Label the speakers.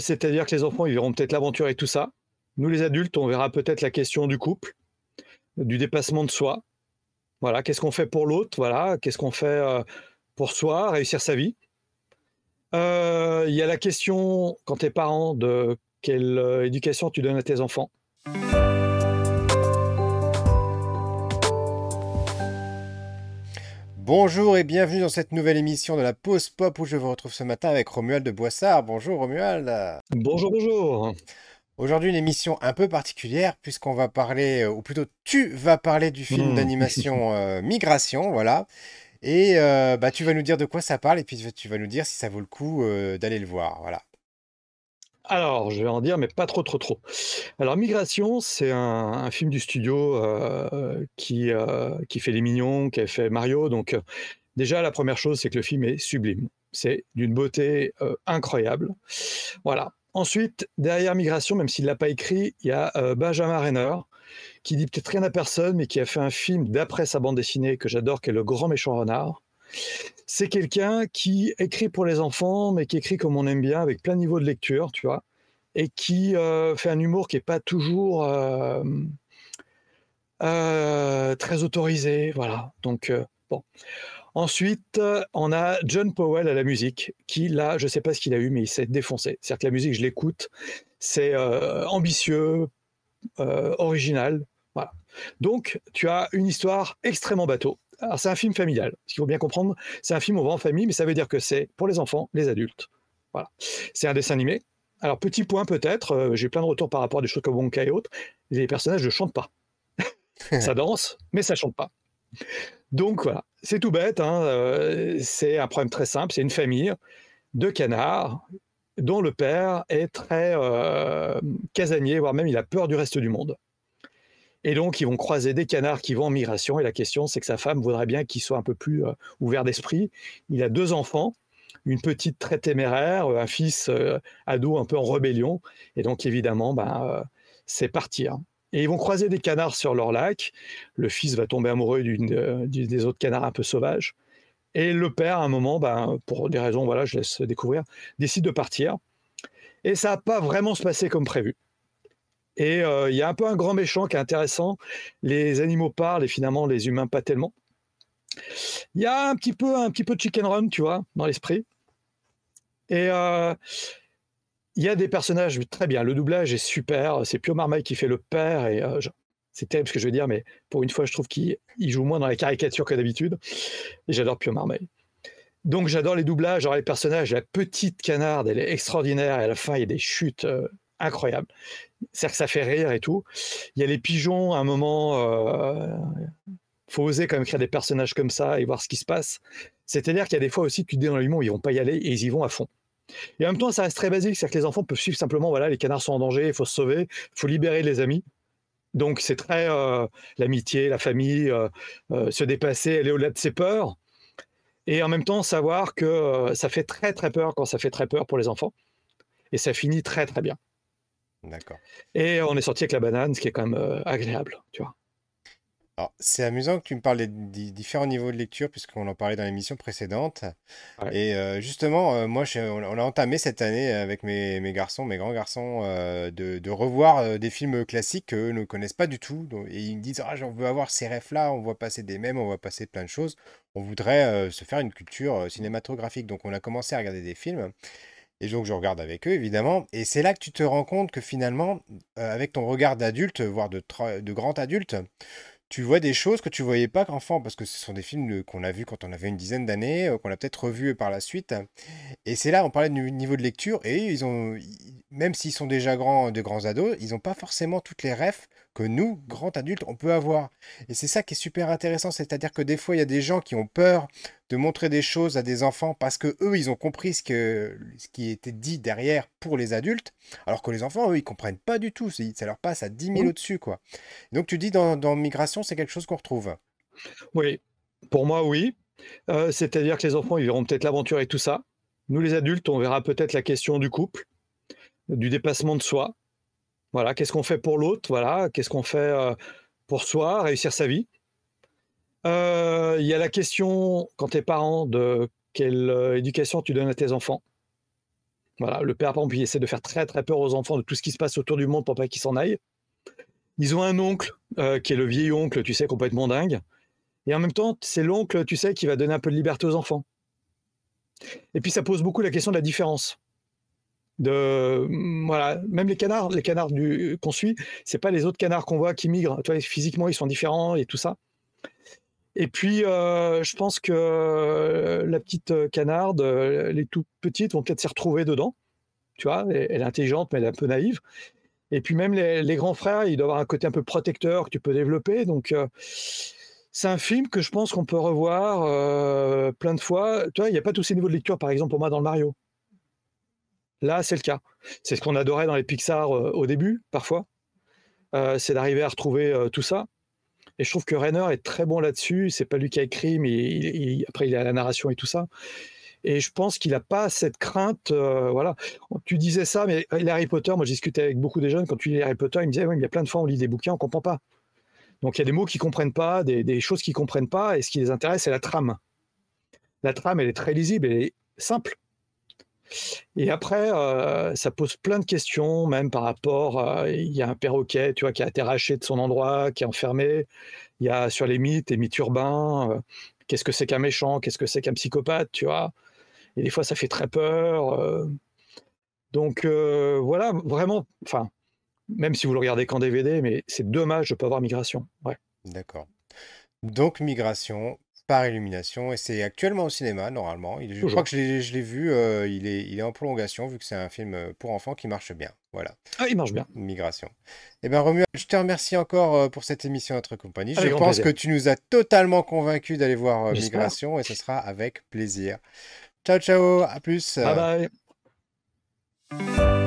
Speaker 1: C'est-à-dire que les enfants, ils verront peut-être l'aventure et tout ça. Nous, les adultes, on verra peut-être la question du couple, du dépassement de soi. Voilà, qu'est-ce qu'on fait pour l'autre? Voilà, qu'est-ce qu'on fait, pour soi, réussir sa vie? Il y a la question, quand tu es parent, de quelle, éducation tu donnes à tes enfants.
Speaker 2: Bonjour et bienvenue dans cette nouvelle émission de la Pause Pop où je vous retrouve ce matin avec Romuald de Boissard. Bonjour Romuald.
Speaker 1: Bonjour, bonjour.
Speaker 2: Aujourd'hui une émission un peu particulière puisqu'on va parler, ou plutôt tu vas parler du film
Speaker 1: Mmh.
Speaker 2: d'animation Migration, voilà. Et tu vas nous dire de quoi ça parle et puis tu vas nous dire si ça vaut le coup d'aller le voir, voilà.
Speaker 1: Alors, je vais en dire, mais pas trop, trop, trop. Alors, Migration, c'est un film du studio, qui fait Les Mignons, qui a fait Mario, donc déjà, la première chose, c'est que le film est sublime. C'est d'une beauté, incroyable. Voilà. Ensuite, derrière Migration, même s'il l'a pas écrit, il y a, Benjamin Renner, qui dit peut-être rien à personne, mais qui a fait un film d'après sa bande dessinée que j'adore, qui est Le Grand Méchant Renard. C'est quelqu'un qui écrit pour les enfants, mais qui écrit comme on aime bien, avec plein de niveaux de lecture, tu vois? Et qui, fait un humour qui est pas toujours, très autorisé, voilà. Donc, bon. Ensuite, on a John Powell à la musique, qui là, je sais pas ce qu'il a eu, mais il s'est défoncé. C'est-à-dire que la musique, je l'écoute, c'est, ambitieux, original, voilà. Donc, tu as une histoire extrêmement bateau. Alors, c'est un film familial. Ce qu'il faut bien comprendre, c'est un film où on va en famille, mais ça veut dire que c'est pour les enfants, les adultes. Voilà. C'est un dessin animé. Alors, petit point peut-être, j'ai plein de retours par rapport à des choses comme Wonka et autres, les personnages ne chantent pas. Ça danse, mais ça chante pas. Donc voilà, c'est tout bête, hein, c'est un problème très simple, c'est une famille de canards dont le père est très, casanier, voire même il a peur du reste du monde. Et donc, ils vont croiser des canards qui vont en migration. Et la question, c'est que sa femme voudrait bien qu'il soit un peu plus ouvert d'esprit. Il a 2 enfants, une petite très téméraire, un fils ado un peu en rébellion. Et donc, évidemment, c'est partir. Et ils vont croiser des canards sur leur lac. Le fils va tomber amoureux des autres canards un peu sauvages. Et le père, à un moment, pour des raisons, voilà, je laisse découvrir, décide de partir. Et ça va pas vraiment se passer comme prévu. Et il y a un peu un grand méchant qui est intéressant. Les animaux parlent et finalement les humains pas tellement. Il y a un petit peu de chicken run, tu vois, dans l'esprit. Et il y a des personnages très bien. Le doublage est super. C'est Pio Marmaille qui fait le père et c'est terrible ce que je veux dire, mais pour une fois, je trouve qu'il joue moins dans la caricature que d'habitude. Et j'adore Pio Marmaille. Donc j'adore les doublages, j'adore les personnages. La petite canarde, elle est extraordinaire. Et à la fin, il y a des chutes incroyables. C'est-à-dire que ça fait rire et tout. Il y a les pigeons, à un moment, faut oser quand même créer des personnages comme ça et voir ce qui se passe. C'est-à-dire qu'il y a des fois aussi, tu te dis dans l'humour, ils vont pas y aller et ils y vont à fond. Et en même temps, ça reste très basique, c'est-à-dire que les enfants peuvent suivre simplement, voilà, les canards sont en danger, il faut se sauver, il faut libérer les amis. Donc c'est très l'amitié, la famille, se dépasser, aller au-delà de ses peurs. Et en même temps, savoir que ça fait très très peur quand ça fait très peur pour les enfants. Et ça finit très très bien.
Speaker 2: D'accord.
Speaker 1: Et on est sorti avec la banane, ce qui est quand même agréable, tu vois.
Speaker 2: Alors c'est amusant que tu me parles des différents niveaux de lecture puisqu'on en parlait dans l'émission précédente.
Speaker 1: Ouais.
Speaker 2: Et justement, moi, on a entamé cette année avec mes garçons, mes grands garçons, de revoir des films classiques qu'eux ne connaissent pas du tout. Et ils me disent, ah, j'en veux avoir ces refs-là, on voit passer des mèmes, on voit passer plein de choses. On voudrait se faire une culture cinématographique. Donc on a commencé à regarder des films. Et donc je regarde avec eux, évidemment. Et c'est là que tu te rends compte que finalement, avec ton regard d'adulte, voire de grand adulte, tu vois des choses que tu voyais pas qu'enfant, parce que ce sont des films qu'on a vus quand on avait une dizaine d'années, qu'on a peut-être revus par la suite. Et c'est là, on parlait du niveau de lecture, et même s'ils sont déjà grands, de grands ados, ils n'ont pas forcément toutes les refs que nous, grands adultes, on peut avoir. Et c'est ça qui est super intéressant, c'est-à-dire que des fois, il y a des gens qui ont peur de montrer des choses à des enfants parce que eux, ils ont compris ce qui était dit derrière pour les adultes, alors que les enfants, eux, ils comprennent pas du tout. Ça leur passe à 10 000
Speaker 1: Mmh.
Speaker 2: au-dessus, quoi. Donc tu dis dans Migration, c'est quelque chose qu'on retrouve.
Speaker 1: Oui, pour moi, oui. C'est-à-dire que les enfants, ils verront peut-être l'aventure et tout ça. Nous, les adultes, on verra peut-être la question du couple, du dépassement de soi. Voilà, qu'est-ce qu'on fait pour l'autre? Voilà, qu'est-ce qu'on fait, pour soi, réussir sa vie? Il y a la question, quand tu es parent, de quelle, éducation tu donnes à tes enfants. Voilà, le père, par exemple, il essaie de faire très très peur aux enfants de tout ce qui se passe autour du monde pour pas qu'ils s'en aillent. Ils ont un oncle qui est le vieil oncle, tu sais, complètement dingue. Et en même temps, c'est l'oncle, tu sais, qui va donner un peu de liberté aux enfants. Et puis ça pose beaucoup la question de la différence. Voilà, même les canards qu'on suit, c'est pas les autres canards qu'on voit qui migrent. Tu vois, physiquement, ils sont différents et tout ça. Et puis, je pense que la petite canarde, les toutes petites vont peut-être s'y retrouver dedans. Tu vois, elle est intelligente, mais elle est un peu naïve. Et puis même les grands frères, ils doivent avoir un côté un peu protecteur que tu peux développer. Donc, c'est un film que je pense qu'on peut revoir plein de fois. Tu vois, il n'y a pas tous ces niveaux de lecture, par exemple, pour moi, dans le Mario. Là, c'est le cas. C'est ce qu'on adorait dans les Pixar au début, parfois. C'est d'arriver à retrouver tout ça. Et je trouve que Rainer est très bon là-dessus. C'est pas lui qui a écrit, mais après, il est à la narration et tout ça. Et je pense qu'il n'a pas cette crainte. Voilà. Tu disais ça, mais les Harry Potter, moi, j'ai discuté avec beaucoup des jeunes. Quand tu lis Harry Potter, ils me disaient ouais, il y a plein de fois, on lit des bouquins, on ne comprend pas. Donc, il y a des mots qu'ils ne comprennent pas, des choses qu'ils ne comprennent pas. Et ce qui les intéresse, c'est la trame. La trame, elle est très lisible, elle est simple. Et après, ça pose plein de questions, même par rapport, il y a un perroquet, tu vois, qui a été arraché de son endroit, qui est enfermé. Il y a sur les mythes urbains, qu'est-ce que c'est qu'un méchant, qu'est-ce que c'est qu'un psychopathe, tu vois. Et des fois, ça fait très peur. Donc voilà, vraiment, enfin, même si vous le regardez qu'en DVD, mais c'est dommage de ne pas avoir Migration. Ouais,
Speaker 2: D'accord. Donc, Migration par Illumination, et c'est actuellement au cinéma, normalement. Je crois
Speaker 1: toujours.
Speaker 2: que je l'ai vu, il est en prolongation, vu que c'est un film pour enfants qui marche bien. Voilà,
Speaker 1: Ah, il marche bien.
Speaker 2: Migration. Eh bien, Romuald, je te remercie encore pour cette émission à notre compagnie. Je
Speaker 1: Avec grand
Speaker 2: pense que
Speaker 1: plaisir.
Speaker 2: tu nous as totalement convaincus d'aller voir
Speaker 1: J'espère.
Speaker 2: Migration, et ce sera avec plaisir. Ciao, ciao, à plus.
Speaker 1: Bye bye.